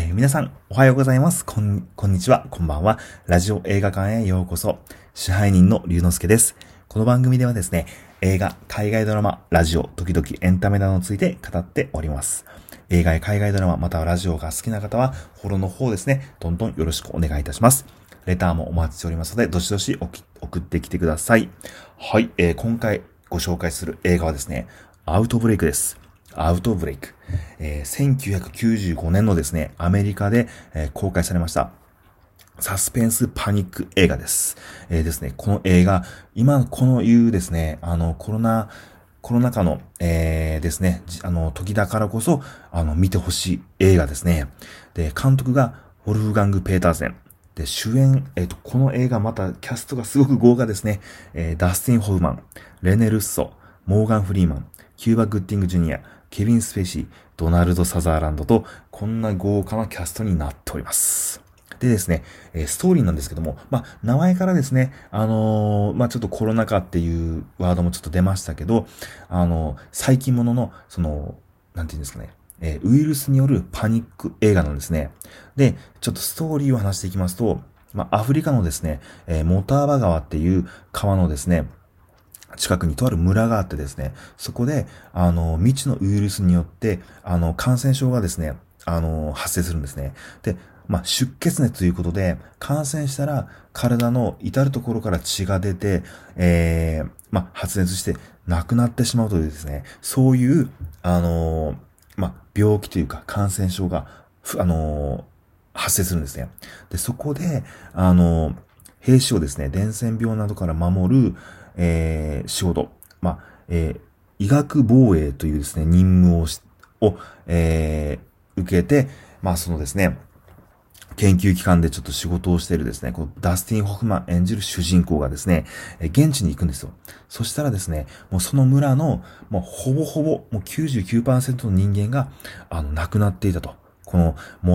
皆さん、おはようございます。こんにちは。こんばんは。ラジオ映画館へようこそ。支配人の龍之介です。この番組ではですね、映画、海外ドラマ、ラジオ、時々エンタメなどについて語っております。映画や海外ドラマ、またはラジオが好きな方は、フォローの方ですね、どんどんよろしくお願いいたします。レターもお待ちしておりますので、どしどし送ってきてください。はい、今回ご紹介する映画はですね、アウトブレイクです。アウトブレイク。1995年のですね、アメリカで、公開されました。サスペンスパニック映画です。ですね、この映画、今このいうですね、コロナ禍の、ですね、時だからこそ、見てほしい映画ですね。で、監督が、ウォルフガング・ペーターセン。で、主演、この映画またキャストがすごく豪華ですね。ダスティン・ホフマン、レネ・ルッソ、モーガン・フリーマン、キューバ・グッディング・ジュニア、ケビン・スペイシー、ドナルド・サザーランドと、こんな豪華なキャストになっております。でですね、ストーリーなんですけども、名前からですね、ちょっとコロナ禍っていうワードもちょっと出ましたけど、最近ものの、なんていうんですかね、ウイルスによるパニック映画なんですね。で、ちょっとストーリーを話していきますと、アフリカのですね、モターバ川っていう川のですね、近くにとある村があってですね、そこで、未知のウイルスによって、感染症がですね、発生するんですね。で、出血熱ということで、感染したら体の至るところから血が出て、発熱して亡くなってしまうというですね、そういう、病気というか感染症が、発生するんですね。で、そこで、兵士をですね、伝染病などから守る、仕事、医学防衛というですね、任務を受けて、そのですね、研究機関でちょっと仕事をしているですね、このダスティン・ホフマン演じる主人公がですね、現地に行くんですよ。そしたらですね、もうその村の、もうほぼほぼ、もう 99% の人間が、亡くなっていたと。この、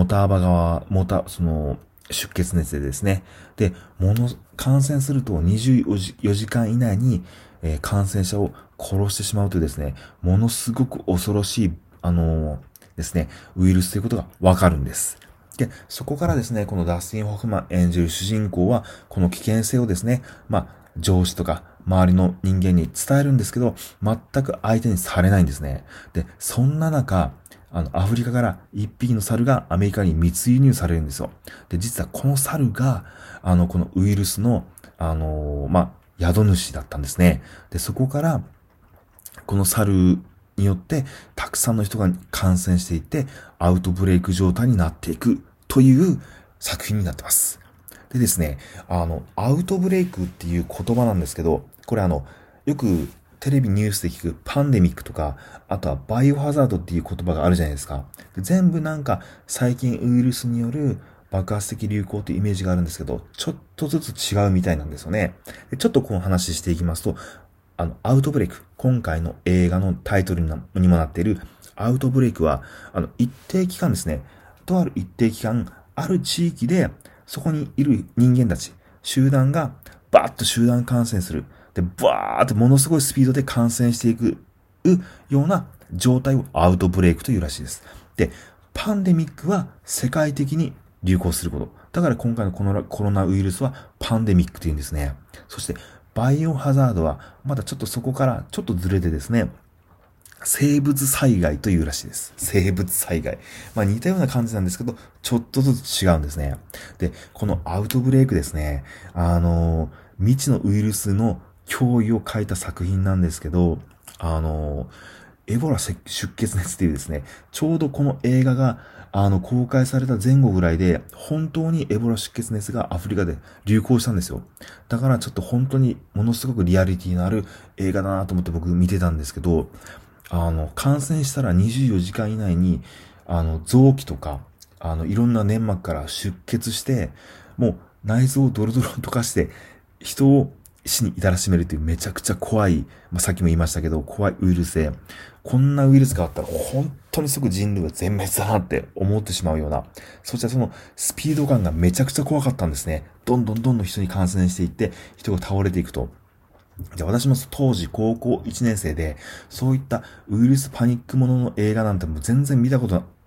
出血熱でですね。で、感染すると24時間以内に、感染者を殺してしまうというですね、ものすごく恐ろしい、ですね、ウイルスということがわかるんです。で、そこからですね、このダスティン・ホフマン演じる主人公は、この危険性をですね、上司とか周りの人間に伝えるんですけど、全く相手にされないんですね。で、そんな中、アフリカから一匹の猿がアメリカに密輸入されるんですよ。で、実はこの猿が、このウイルスの、宿主だったんですね。で、そこから、この猿によって、たくさんの人が感染していって、アウトブレイク状態になっていくという作品になってます。でですね、アウトブレイクっていう言葉なんですけど、これよくテレビニュースで聞くパンデミックとか、あとはバイオハザードっていう言葉があるじゃないですか。で全部なんか最近ウイルスによる爆発的流行というイメージがあるんですけど、ちょっとずつ違うみたいなんですよね。でちょっとこの話していきますと、アウトブレイク、今回の映画のタイトルにもなっているアウトブレイクは、一定期間ですね、とある一定期間、ある地域で、そこにいる人間たち、集団が、バーッと集団感染する。で、バーッとものすごいスピードで感染していくような状態をアウトブレイクというらしいです。で、パンデミックは世界的に流行すること。だから今回のこのコロナウイルスはパンデミックというんですね。そして、バイオハザードは、まだちょっとそこからちょっとずれてですね、生物災害というらしいです。生物災害。似たような感じなんですけど、ちょっとずつ違うんですね。で、このアウトブレイクですね、未知のウイルスの脅威を書いた作品なんですけど、エボラ出血熱っていうですね、ちょうどこの映画が、公開された前後ぐらいで、本当にエボラ出血熱がアフリカで流行したんですよ。だからちょっと本当にものすごくリアリティのある映画だなと思って僕見てたんですけど、感染したら24時間以内に、臓器とか、いろんな粘膜から出血して、もう内臓をドロドロ溶かして、人を死に至らしめるというめちゃくちゃ怖い、さっきも言いましたけど、怖いウイルスで、こんなウイルスがあったら本当にすぐ人類は全滅だなって思ってしまうような、そしてそのスピード感がめちゃくちゃ怖かったんですね。どんどん人に感染していって、人が倒れていくと。じゃあ私も当時高校1年生で、そういったウイルスパニックものの映画なんてもう全然見たこと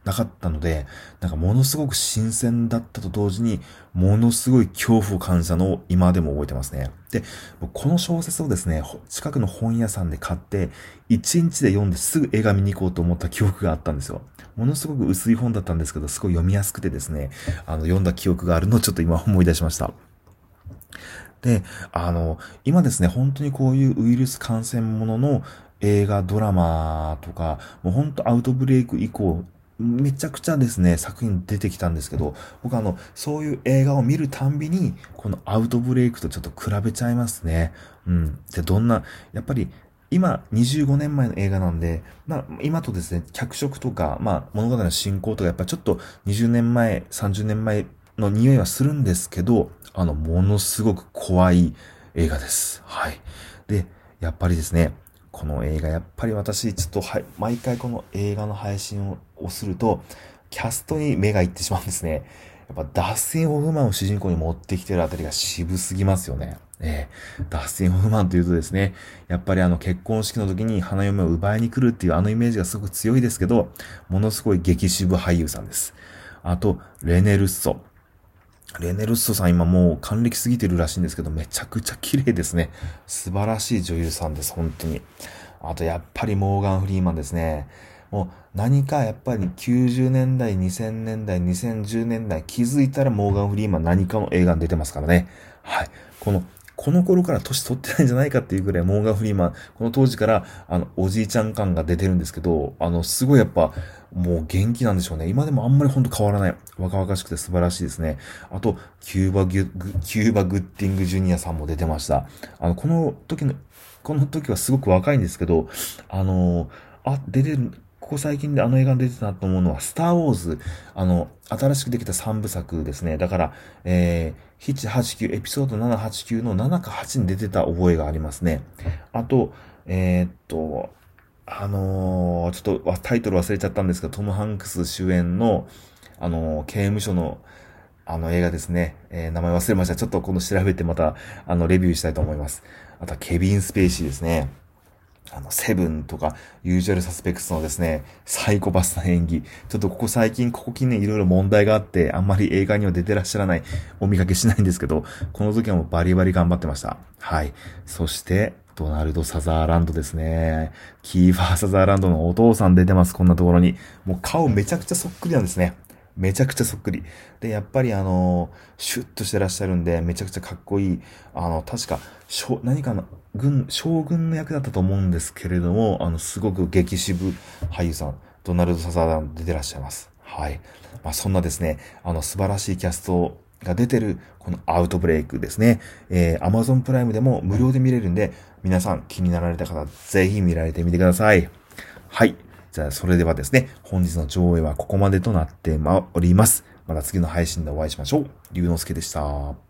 なかったので、なんかものすごく新鮮だったと同時に、ものすごい恐怖を感じたのを今でも覚えてますね。で、この小説をですね、近くの本屋さんで買って、1日で読んですぐ映画見に行こうと思った記憶があったんですよ。ものすごく薄い本だったんですけど、すごい読みやすくてですね、読んだ記憶があるのをちょっと今思い出しました。で、今ですね、本当にこういうウイルス感染ものの映画、ドラマとか、もう本当アウトブレイク以降、めちゃくちゃですね、作品出てきたんですけど、僕そういう映画を見るたんびに、このアウトブレイクとちょっと比べちゃいますね。うん。で、やっぱり、今、25年前の映画なんで、今とですね、脚色とか、物語の進行とか、やっぱちょっと20年前、30年前の匂いはするんですけど、ものすごく怖い映画です。はい。で、やっぱりですね、この映画、やっぱり私、ちょっと、はい、毎回この映画の配信をすると、キャストに目がいってしまうんですね。やっぱ、ダスティン・ホフマンを主人公に持ってきてるあたりが渋すぎますよね。ダスティン・ホフマンというとですね、やっぱり結婚式の時に花嫁を奪いに来るっていうイメージがすごく強いですけど、ものすごい激渋俳優さんです。あと、レネ・ルッソ。レネルッソさん今もう還暦すぎてるらしいんですけど、めちゃくちゃ綺麗ですね。素晴らしい女優さんです、本当に。あとやっぱりモーガン・フリーマンですね。もう何かやっぱり90年代、2000年代、2010年代気づいたらモーガン・フリーマン何かの映画に出てますからね。はい。この頃から年取ってないんじゃないかっていうぐらいモーガン・フリーマン、この当時からおじいちゃん感が出てるんですけど、すごいやっぱもう元気なんでしょうね。今でもあんまりほんと変わらない。若々しくて素晴らしいですね。あと、キューバ・グッティング・ジュニアさんも出てました。この時はすごく若いんですけど、出てる、ここ最近で映画に出てたなと思うのは、スター・ウォーズ、新しくできた3部作ですね。だから、7、8、9、エピソード7、8、9の7か8に出てた覚えがありますね。あと、ちょっとタイトル忘れちゃったんですが、トム・ハンクス主演の、刑務所の、映画ですね。名前忘れました。ちょっとこの調べてまた、レビューしたいと思います。あとはケビン・スペイシーですね。セブンとか、ユージュアルサスペクツのですね、サイコパスな演技。ちょっとここ近年いろいろ問題があって、あんまり映画には出てらっしゃらない、お見かけしないんですけど、この時はもうバリバリ頑張ってました。はい。そして、ドナルド・サザーランドですね。キーファー・サザーランドのお父さん出てます、こんなところに。もう顔めちゃくちゃそっくりなんですね。めちゃくちゃそっくり。で、やっぱりシュッとしてらっしゃるんで、めちゃくちゃかっこいい。確か、何かの、将軍の役だったと思うんですけれども、すごく激渋俳優さん、ドナルド・サザーランド出てらっしゃいます。はい。そんなですね、素晴らしいキャストが出てる、このアウトブレイクですね。Amazon プライムでも無料で見れるんで、皆さん気になられた方、ぜひ見られてみてください。はい。じゃあ、それではですね、本日の上映はここまでとなっております。また次の配信でお会いしましょう。龍之介でした。